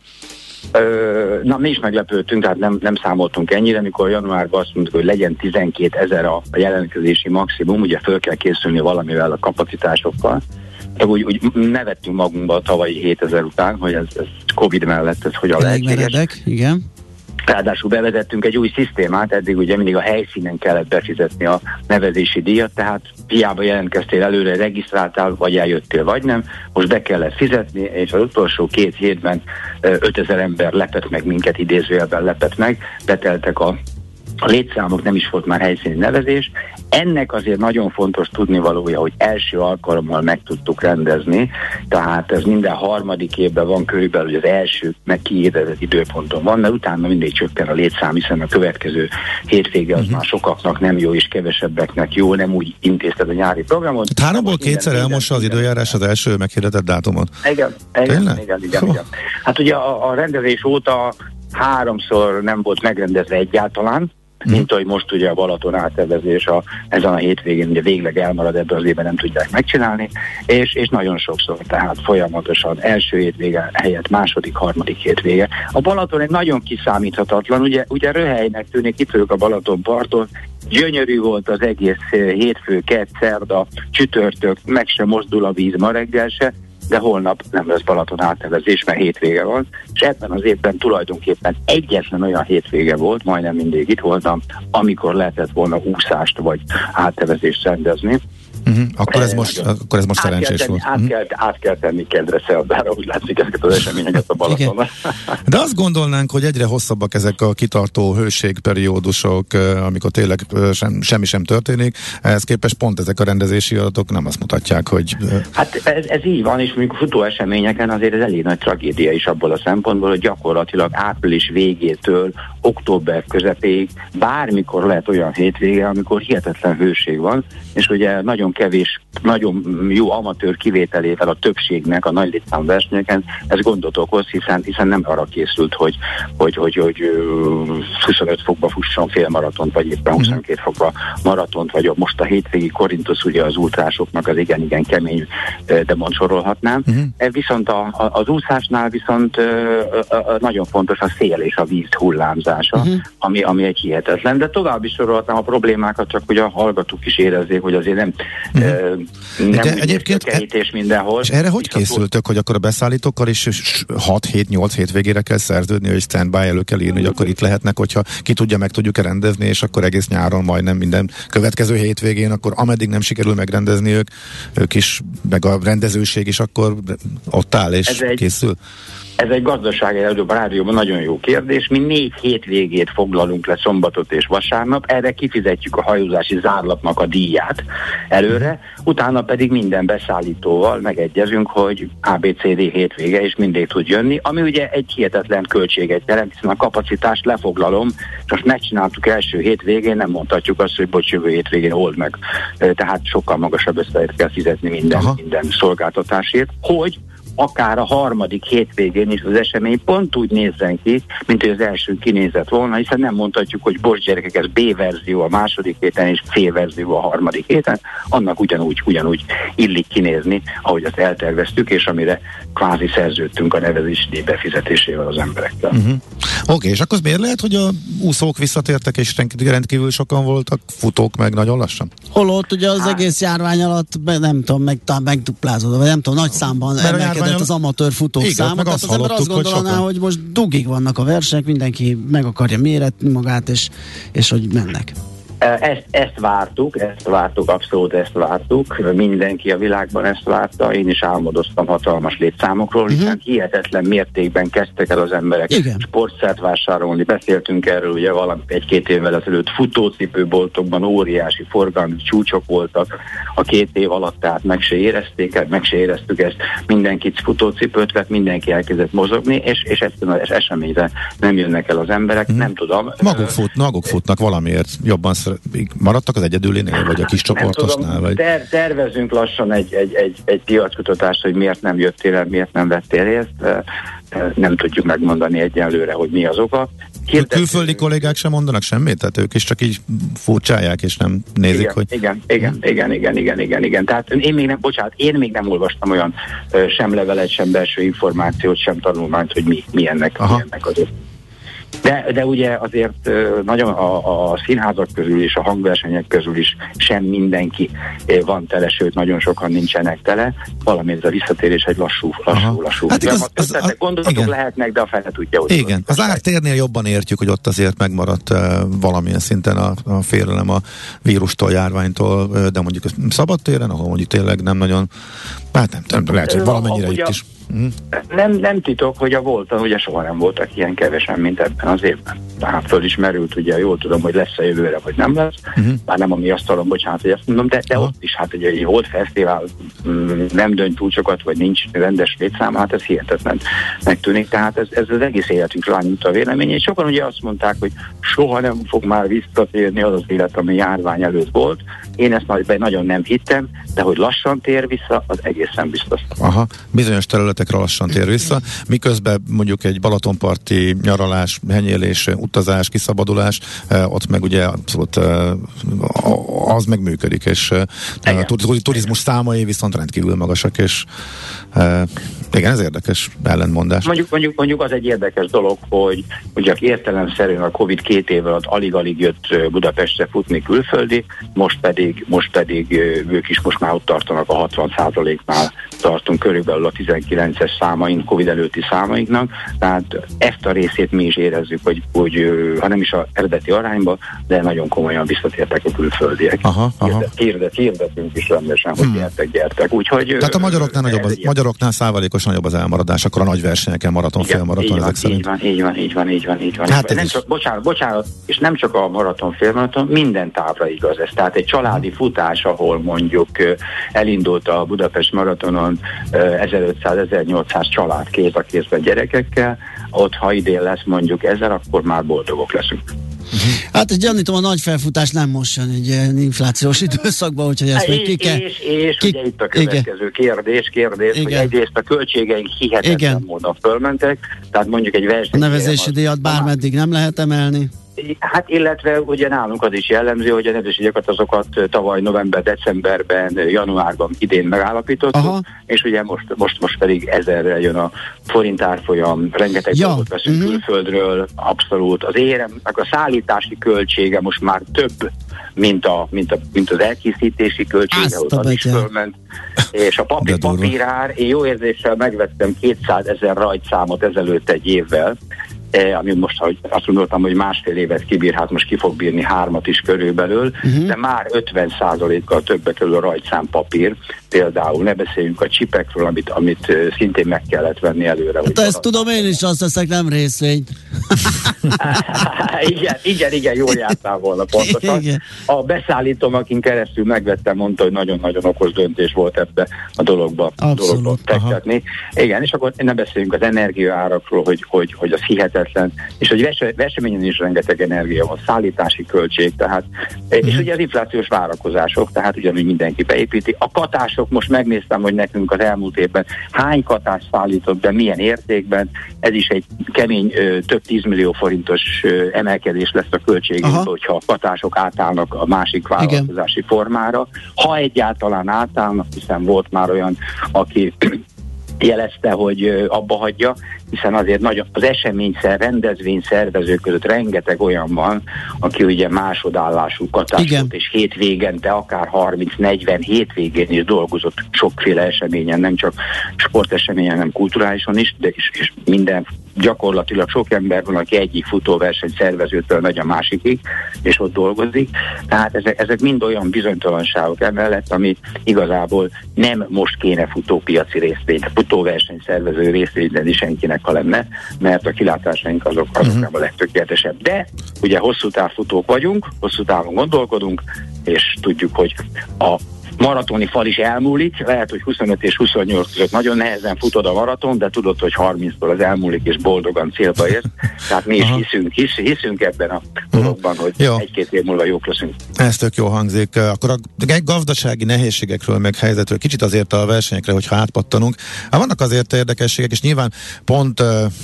Na, mi is meglepődtünk, tehát nem számoltunk ennyire, mikor januárban azt mondtuk, hogy legyen 12 000 a jelentkezési maximum, ugye föl kell készülni valamivel a kapacitásokkal. Úgy nevettünk magunkba a tavalyi 7000 után, hogy ez Covid mellett ez hogyan lehetséges. Meredek, igen. Ráadásul bevezettünk egy új szisztémát, eddig ugye mindig a helyszínen kellett befizetni a nevezési díjat, tehát hiába jelentkeztél előre, regisztráltál, vagy eljöttél, vagy nem, most be kellett fizetni, és az utolsó 2 hétben 5000 ember lepett meg minket, idézőjelben lepett meg, beteltek a létszámok, nem is volt már helyszíni nevezés. Ennek azért nagyon fontos tudnivalója, hogy első alkalommal meg tudtuk rendezni, tehát ez minden harmadik évben van körülbelül, hogy az első meg kihirdetett időponton van, de utána mindig csökken a létszám, hiszen a következő hétvége az már sokaknak nem jó, és kevesebbek jó, nem úgy intézted a nyári programot. 3-ból 2-szer elmossa az időjárás az első meghirdetett dátumot? Igen. Hát ugye a rendezés óta 3-szor nem volt megrendezve egyáltalán, mint ahogy most ugye a Balaton áttervezés ezen a hétvégén ugye végleg elmarad, ebből az évben nem tudják megcsinálni, és nagyon sokszor, tehát folyamatosan első hétvége helyett második, harmadik hétvége. A Balaton egy nagyon kiszámíthatatlan, ugye röhelynek tűnik, itt vagyok a Balaton parton, gyönyörű volt az egész hétfő, kedd, szerda, csütörtök, meg sem mozdul a víz ma reggel se, de holnap nem lesz Balaton áttervezés, mert hétvége van, és ebben az évben tulajdonképpen egyetlen olyan hétvége volt, majdnem mindig itt voltam, amikor lehetett volna úszást vagy áttervezést rendezni. Akkor ez most szerencsés volt. Át kell tenni kedre szerdára, úgy látszik ezeket az eseményeket a Balatonon. De azt gondolnánk, hogy egyre hosszabbak ezek a kitartó hőségperiódusok, amikor tényleg semmi sem történik. Ehhez képest pont ezek a rendezési adatok nem azt mutatják, hogy... Hát ez így van, és mondjuk futó eseményeken azért ez elég nagy tragédia is abból a szempontból, hogy gyakorlatilag április végétől október közepéig bármikor lehet olyan hétvége, amikor hihetetlen hőség van, és ugye nagyon kevés, nagyon jó amatőr kivételével a többségnek a nagy létszám versenyeken ez gondot okoz, hiszen nem arra készült, hogy 25 fokba fusson félmaratont, vagy éppen 22 fokba maratont, vagy most a hétvégi Korintusz, ugye az ultrásoknak az igen kemény, de mond sorolhatnám. Viszont az úszásnál viszont nagyon fontos a szél és a víz hullámzása, ami egy hihetetlen, de tovább is sorolhatnám a problémákat, csak hogy a hallgatók is érezzék, hogy azért nem egyébként kerítés mindenhol. És erre hogy készültök, hogy akkor a beszállítókkal is 6-7-8 hétvégére kell szerződni, hogy standby elő kell írni, hogy akkor itt lehetnek, hogyha ki tudja, meg tudjuk rendezni, és akkor egész nyáron majdnem minden következő hétvégén, akkor ameddig nem sikerül megrendezni ők is, meg a rendezőség is akkor ott áll és készül. Ez egy gazdasági előbb a rádióban nagyon jó kérdés. Mi 4 hétvégét foglalunk le, szombatot és vasárnap, erre kifizetjük a hajózási zárlatnak a díját előre, utána pedig minden beszállítóval megegyezünk, hogy ABCD hétvége és mindig tud jönni, ami ugye egy hihetetlen költséget jelent, hiszen a kapacitást lefoglalom, és most megcsináltuk első hétvégén, nem mondhatjuk azt, hogy bocs, jövő hétvégén old meg. Tehát sokkal magasabb összeget kell fizetni minden szolgáltatásért, hogy akár a harmadik hétvégén is az esemény pont úgy nézzen ki, mint hogy az első kinézett volna, hiszen nem mondhatjuk, hogy bocs gyerekek, ez B verzió a második héten és C verzió a harmadik héten, annak ugyanúgy illik kinézni, ahogy azt elterveztük, és amire kvázi szerződtünk a nevezési díj befizetésével az emberekkel. Oké, és akkor miért lehet, hogy a úszók visszatértek, és rendkívül sokan voltak, futók meg nagyon lassan? Holott ugye az egész járvány alatt, nem tudom, megduplázódott, vagy nem tudom, nagy számban emelkedett az amatőr futók száma. Tehát az ember azt gondolná, hogy most dugig vannak a versenyek, mindenki meg akarja méretni magát, és hogy mennek. Ezt vártuk, abszolút ezt vártuk, mindenki a világban ezt várta, én is álmodoztam hatalmas létszámokról, hiszen hihetetlen mértékben kezdtek el az emberek sportszert vásárolni, beszéltünk erről ugye egy-két évvel ezelőtt, futócipőboltokban óriási forgalmi csúcsok voltak a 2 év alatt, tehát meg se éreztük ezt, mindenki futócipőt vett, mindenki elkezdett mozogni, és ezt az eseményre nem jönnek el az emberek, nem tudom. Maguk futnak valamiért jobban maradtak az egyedülénél, vagy a kis csoportosnál? Vagy? Tervezünk lassan egy piackutatást, hogy miért nem jöttél el, miért nem vettél részt. Nem tudjuk megmondani egyelőre, hogy mi az oka. Külföldi kollégák sem mondanak semmit? Tehát ők is csak így furcsálják, és nem nézik, igen, hogy... Igen. Tehát én még nem olvastam olyan sem levelet, sem belső információt, sem tanulmányt, hogy mi ennek azért. De ugye azért nagyon a színházak közül és a hangversenyek közül is sem mindenki van tele, sőt nagyon sokan nincsenek tele. Valami ez a visszatérés egy lassú. Hát gondolatok lehetnek, de a fele tudja, hogy... Igen, az ártérnél jobban értjük, hogy ott azért megmaradt valamilyen szinten a félelem a vírustól, járványtól, de mondjuk szabadtéren, ahol mondjuk tényleg nem nagyon... Hát nem lehet, hogy valamennyire itt is... Nem titok, hogy a Volton ugye soha nem voltak ilyen kevesen, mint ebben az évben. Tehát fölismerült, ugye jól tudom, hogy lesz a jövőre, vagy nem lesz. Bár nem a mi asztalon, bocsánat, hogy ezt mondom, de ott is, hát ugye egy Volt Fesztivál nem dönt túl sokat, vagy nincs rendes létszám, hát ez hihetetlen megtűnik. Tehát ez az egész életünk rányújt a vélemény. És sokan ugye azt mondták, hogy soha nem fog már visszatérni az élet, ami járvány előtt volt. Én ezt nagyon nem hittem, de hogy lassan tér vissza, az egészen biztos. Bizonyos területekre lassan tér vissza, miközben mondjuk egy balatonparti nyaralás, henyélés, utazás, kiszabadulás, ott meg ugye abszolút az meg működik, és a turizmus számai viszont rendkívül magasak, és igen, ez érdekes ellentmondás. Mondjuk az egy érdekes dolog, hogy ugye értelemszerűen a Covid 2 év alatt alig-alig jött Budapestre futni külföldi, most pedig ők is most már ott tartanak a 60%-nál tartunk körülbelül a 19-es számaink, Covid előtti számainknak, tehát ezt a részét mi is érezzük, hogy ha nem is az eredeti arányba, de nagyon komolyan visszatértek a külföldiek. Hirdetünk is rendesen, hogy gyertek. Úgyhogy, tehát a magyaroknál százalékosan nagyobb az elmaradás, akkor a nagy versenyeken, maraton, félmaraton ezek szerint. Így van. Hát nem csak, bocsánat, és nem csak a maraton, félmaraton, minden távra igaz ez. Tehát egy családi futás, ahol mondjuk elindult a Budapest maratonon 1500-1800 család kéz a kézben gyerekekkel, ott ha idén lesz mondjuk 1000, akkor már boldogok leszünk. Hát gyanítom, a nagy felfutás nem most jön egy ilyen inflációs időszakban, úgyhogy ezt még ki kell... És ugye itt a következő kérdés, hogy egyrészt a költségeink hihetetlen módon fölmentek, tehát mondjuk egy verseny... A nevezési díjat bármeddig nem lehet emelni. Hát illetve ugye nálunk az is jellemző, hogy a nevezési díjakat azokat tavaly november, decemberben, januárban idén megállapítottuk, és ugye most pedig 1000-re jön a forint árfolyam, rengeteg dolgot veszünk külföldről, abszolút. Az érem, a szállítási költsége most már több, mint az elkészítési költsége, az is fölment. És a papírár, én jó érzéssel megvettem 200 000 rajtszámot ezelőtt egy évvel, ami most, hogy azt gondoltam, hogy másfél évet kibír, hát most ki fog bírni 3 is körülbelül, de már 50%-kal többe kerül a rajtszámpapír, például ne beszéljünk a csipekről, amit szintén meg kellett venni előre. Hát ezt tudom, én is azt teszek, nem részvény. igen, jól jártál volna pontosan. A beszállítom, akin keresztül megvettem, mondta, hogy nagyon-nagyon okos döntés volt ebbe a dologba fektetni. Igen, és akkor ne beszéljünk az energiaárakról, hogy az hihetetlen, és hogy verseményen is rengeteg energia van, szállítási költség, tehát, és ugye az inflációs várakozások, tehát ugyanúgy mindenki beépíti. A katás katások, most megnéztem, hogy nekünk az elmúlt évben hány katás szállított be, milyen értékben, ez is egy kemény több 10 millió forintos emelkedés lesz a költségünkből, hogyha a katások átállnak a másik vállalkozási formára. Ha egyáltalán átállnak, hiszen volt már olyan, aki jelezte, hogy abba hagyja, hiszen azért nagyon az rendezvényszervezők között rengeteg olyan van, aki ugye másodállású katásot, és hétvégente, akár 30-40 hétvégén is dolgozott sokféle eseményen, nem csak sporteseményen, hanem kulturálisan is, de és minden, gyakorlatilag sok ember van, aki egyik futóverseny szervezőtől megy a másikig, és ott dolgozik. Tehát ezek mind olyan bizonytalanságok emellett, ami igazából nem most kéne futópiaci részvény, futóverseny szervező részvényben is senkinek, ha lenne, mert a kilátásaink azok a legtökéletesebb. De ugye hosszú távfutók vagyunk, hosszú távon gondolkodunk, és tudjuk, hogy a maratoni fal is elmúlik, lehet, hogy 25 és 28 között nagyon nehezen futod a maraton, de tudod, hogy 30-tól az elmúlik, és boldogan célba érsz. Tehát mi is hiszünk ebben a dologban, hogy egy-két év múlva jók leszünk. Ez tök jó hangzik. Akkor a gazdasági nehézségekről, meg helyzetről, kicsit azért a versenyekre, hogyha átpattanunk. Vannak azért érdekességek, és nyilván pont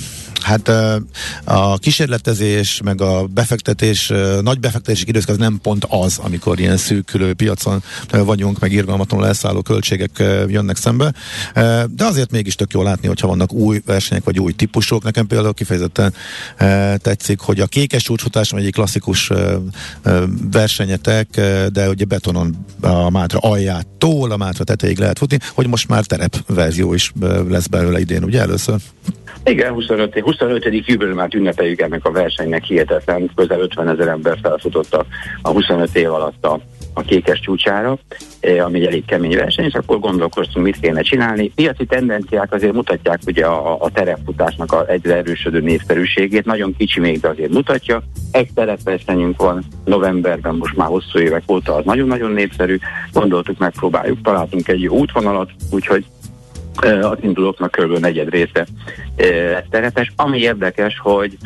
a kísérletezés, meg a befektetés, nagy befektetési időszak az nem pont az, amikor ilyen szűkülő piacon vagyunk, meg irgalmatlanul elszálló költségek jönnek szembe. De azért mégis tök jó látni, hogyha vannak új versenyek, vagy új típusok. Nekem például kifejezetten tetszik, hogy a kékes csúcsfutás egyik klasszikus versenyetek, de ugye betonon a Mátra aljától a Mátra tetejéig lehet futni, hogy most már terepverzió is lesz belőle idén, ugye először? Igen, 25. jubileumát ünnepeljük ennek a versenynek, hihetetlen, közel 50 000 ember felfutott a 25 év alatt a kékes csúcsára, ami egy elég kemény verseny, és akkor gondolkoztunk, mit kéne csinálni. Piaci tendenciák azért mutatják ugye a terepfutásnak egyre erősödő népszerűségét, nagyon kicsi még, de azért mutatja. Egy terepversenyünk van novemberben, most már hosszú évek óta, az nagyon-nagyon népszerű. Gondoltuk, megpróbáljuk, találtunk egy jó útvonalat, úgyhogy az indulóknak kb. Negyed része terepes. Ami érdekes, hogy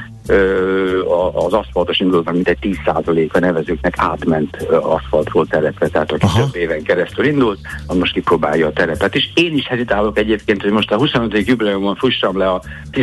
az aszfaltos indulóknak mintegy 10%-a nevezőknek átment aszfaltról terepre, tehát aki több éven keresztül indult, az most kipróbálja a terepet. És én is hezitálok egyébként, hogy most a 25. jubileumon fussam le a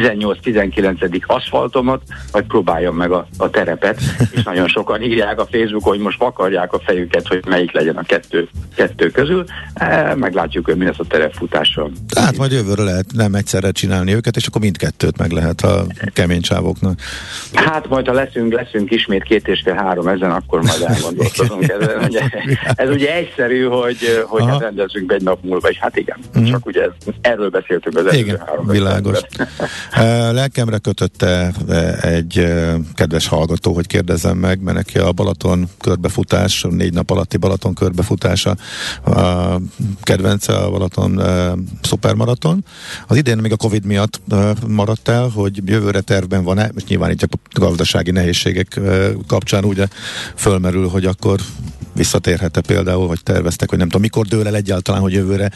18-19. aszfaltomat, vagy próbáljam meg a terepet, és nagyon sokan írják a Facebookon, hogy most vakarják a fejüket, hogy melyik legyen a kettő közül. Meglátjuk, hogy mi lesz a terepfutással. Tehát majd jövőre lehet nem egyszerre csinálni őket, és akkor mindkettőt meg lehet a kemény csávoknak. Hát majd, ha leszünk ismét 2,5-3 ezen, akkor majd elgondolkozunk ezen. Ez ugye egyszerű, hogy hát rendezünk be egy nap múlva, és hát igen, csak ugye erről beszéltünk az előző 3 világos. Lelkemre kötötte egy kedves hallgató, hogy kérdezzem meg, mert neki a Balaton körbefutás, 4 nap alatti Balaton körbefutása a kedvence, a Balaton szupermaraton. Az idén még a Covid miatt maradt el, hogy jövőre tervben van-e, és nyilván itt a gazdasági nehézségek kapcsán ugye fölmerül, hogy akkor visszatérhet-e például, hogy terveztek, hogy nem tudom, mikor dől el egyáltalán, hogy jövőre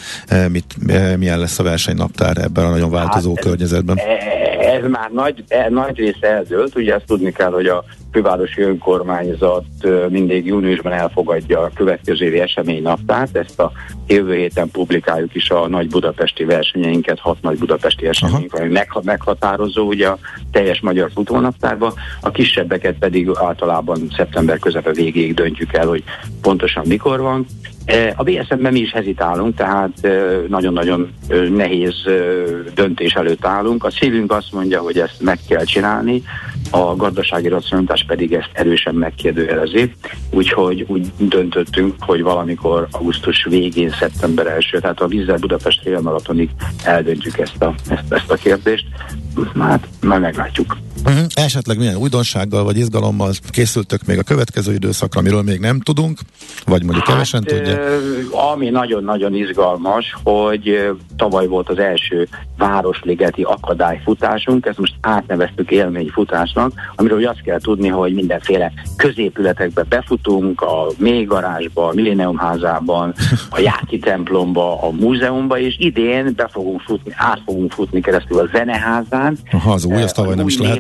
milyen lesz a versenynaptár ebben a nagyon változó környezetben? Ez már nagy része eldőlt, ugye ezt tudni kell, hogy a fővárosi önkormányzat mindig júniusban elfogadja a következő évi eseménynaptárt, ezt a jövő héten publikáljuk is a nagy budapesti versenyeinket, 6 nagy budapesti eseményünk, ami meghatározó ugye a teljes magyar futónaptárban, a kisebbeket pedig általában szeptember közepe végéig döntjük el, hogy pontosan mikor van. A BSM-ben mi is hezitálunk, tehát nagyon-nagyon nehéz döntés előtt állunk. A szívünk azt mondja, hogy ezt meg kell csinálni, a gazdasági racionalitás pedig ezt erősen megkérdőjelezi, úgyhogy úgy döntöttünk, hogy valamikor augusztus végén, szeptember 1, tehát a Vízzel Budapest félmaratonig eldöntjük ezt a kérdést. Hát majd meglátjuk. Esetleg milyen újdonsággal vagy izgalommal készültök még a következő időszakra, amiről még nem tudunk, vagy mondjuk kevesen tudja? Ami nagyon-nagyon izgalmas, hogy tavaly volt az első városligeti akadályfutásunk, ezt most átneveztük élményfutásnak, amiről azt kell tudni, hogy mindenféle középületekbe befutunk, a mélygarázsba, a Millennium házában, a Jáki templomba, a múzeumba, és idén át fogunk futni keresztül a Zeneházán. Az új, ezt tavaly nem is lehetett.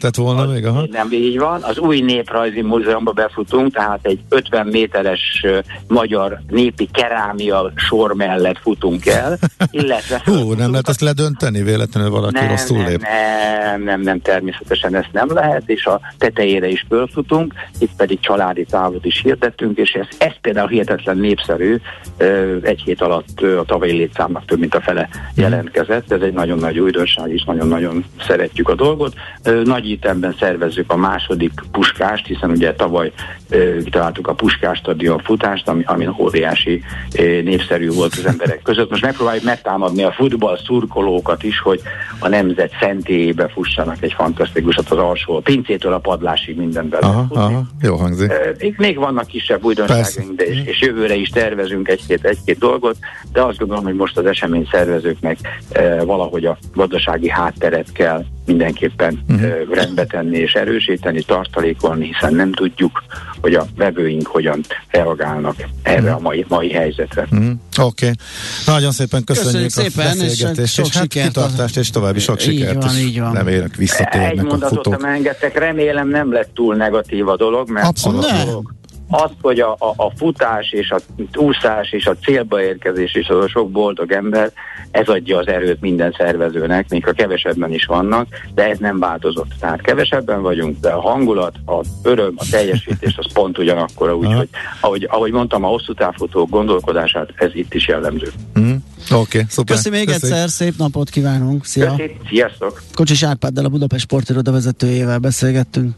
lett volna még? Aha. Nem így van. Az új Néprajzi Múzeumba befutunk, tehát egy 50 méteres magyar népi kerámia sor mellett futunk el, illetve... nem lehet ezt ledönteni, véletlenül valaki rosszul lép? Nem, természetesen ezt nem lehet, és a tetejére is fölfutunk, itt pedig családi távot is hirdettünk, és ez például hihetetlen népszerű, egy hét alatt a tavalyi létszámnak több mint a fele jelentkezett, ez egy nagyon nagy újdonság, és nagyon-nagyon szeretjük a dolgot. Nagy ütemben szervezzük a második Puskást, hiszen ugye tavaly kitaláltuk a Puskás stadion futást, ami óriási népszerű volt az emberek között. Most megpróbáljuk megtámadni a futball szurkolókat is, hogy a nemzet szentélyébe fussanak egy fantasztikusat az alsó, a pincétől a padlásig mindenben. Aha, jó hangzik. Még vannak kisebb újdonságaink, és jövőre is tervezünk egy-két dolgot, de azt gondolom, hogy most az esemény szervezőknek valahogy a gazdasági hátteret kell mindenképpen rendbe tenni és erősíteni, tartalékolni, hiszen nem tudjuk, hogy a vevőink hogyan reagálnak erre a mai helyzetre. Oké. Nagyon szépen köszönjük a beszélgetést, és hát kitartást, és további sok sikert. Így van. Remélem visszatérnek a futók. Egy mondatot engedtek, remélem nem lett túl negatív a dolog, mert abszolút. Az, hogy a futás és a úszás és a célba érkezés és az a sok boldog ember, ez adja az erőt minden szervezőnek, még ha kevesebben is vannak, de ez nem változott. Tehát kevesebben vagyunk, de a hangulat, a öröm, a teljesítés az pont ugyanakkora, úgyhogy ahogy mondtam, a hosszú távfutók gondolkodását ez itt is jellemző. Oké, szuper. Köszi még egyszer, szép napot kívánunk. Szia! Köszi, sziasztok! Kocsis Árpáddal, a Budapest Sportiroda vezetőjével beszélgettünk.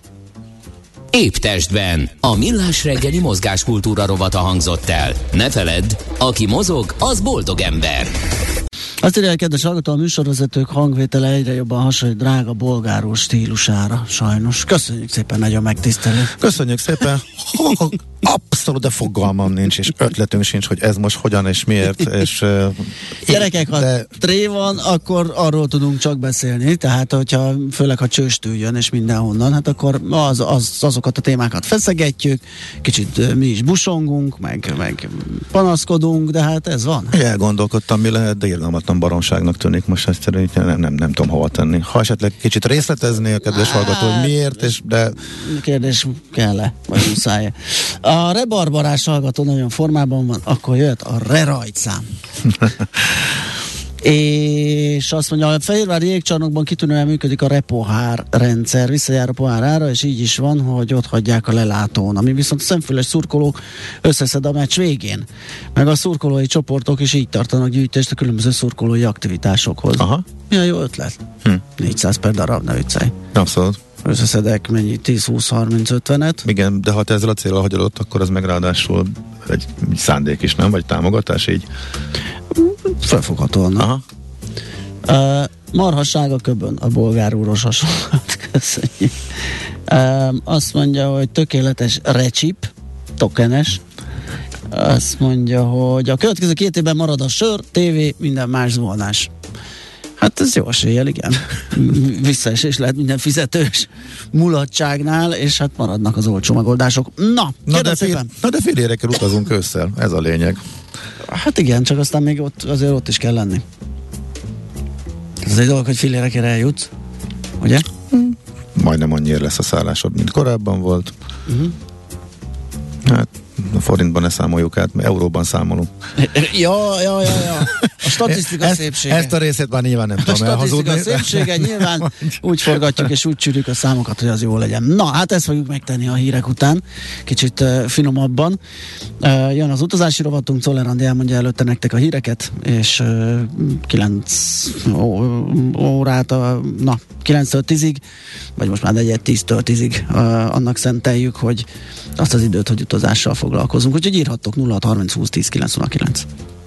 Épp testben. A Millás reggeli mozgáskultúra rovata hangzott el. Ne feledd, aki mozog, az boldog ember. Azt írja, kedves hallgató, a műsorvezetők hangvétele egyre jobban hasonlít drága bolgár úr stílusára, sajnos. Köszönjük szépen, nagyon megtisztelő. Köszönjük szépen. Abszolút, de fogalmam nincs, és ötletünk sincs, hogy ez most hogyan és miért. És, gyerekek, ha tré van, akkor arról tudunk csak beszélni, tehát főleg ha csőstül jön, és mindenhonnan, hát akkor azokat a témákat feszegetjük, kicsit mi is busongunk, meg panaszkodunk, de hát ez van. Elgondolkodtam, mi lehet, de irgalmatlan baromságnak tűnik most, ezt nem tudom hova tenni. Ha esetleg kicsit részletezni a kedves hallgató, hogy miért, de... Kérdés, kell-e, vagy muszáj-e? A rebarbarás hallgató nagyon formában van, akkor jöhet a rerajtszám. És azt mondja, a Fehérvári jégcsarnokban kitűnően működik a repohár rendszer, visszajár a pohár ára, és így is van, hogy ott hagyják a lelátón, ami viszont a szemfüles szurkolók összeszed a meccs végén. Meg a szurkolói csoportok is így tartanak gyűjtést a különböző szurkolói aktivitásokhoz. Aha. Milyen jó ötlet. 400 per darab, ne viccelj. Abszolút. Összeszedek mennyi? 10-20-30-50-et. Igen, de ha te ezzel a célral hagyod ott, akkor az meg ráadásul egy szándék is, nem? Vagy támogatás így? Felfogható annak. Marhasság a köbön, a bolgár úros hasonlat. Köszönjük. Azt mondja, hogy tökéletes recsip, tokenes. Azt mondja, hogy a következő 2 évben marad a sör, tévé, minden más zvolnás. Hát ez jó eséllyel, igen. Visszaesés lehet minden fizetős mulatságnál, és hát maradnak az olcsó megoldások. Na de fillérekkel utazunk ősszel, ez a lényeg. Hát igen, csak aztán még azért ott is kell lenni. Ez egy dolog, hogy fillérekkel eljutsz, ugye? Majdnem annyira lesz a szállásod, mint korábban volt. Hát a forintban ne számoljuk át, mert euróban számolunk. Ja. A statisztika szépsége. Ezt a részét már nyilván nem tudom elhazudni. A statisztika szépsége nyilván úgy forgatjuk és úgy csűrjük a számokat, hogy az jó legyen. Na, hát ezt fogjuk megtenni a hírek után. Kicsit finomabban. Jön az utazási rovatunk, Czoller Andi elmondja előtte nektek a híreket, és 9 órát 9-től 10-ig, vagy most már 10-től 10-ig annak szenteljük, hogy azt az időt, hogy utazással foglalkozunk. Úgyhogy írhattok 0630 20 10 909.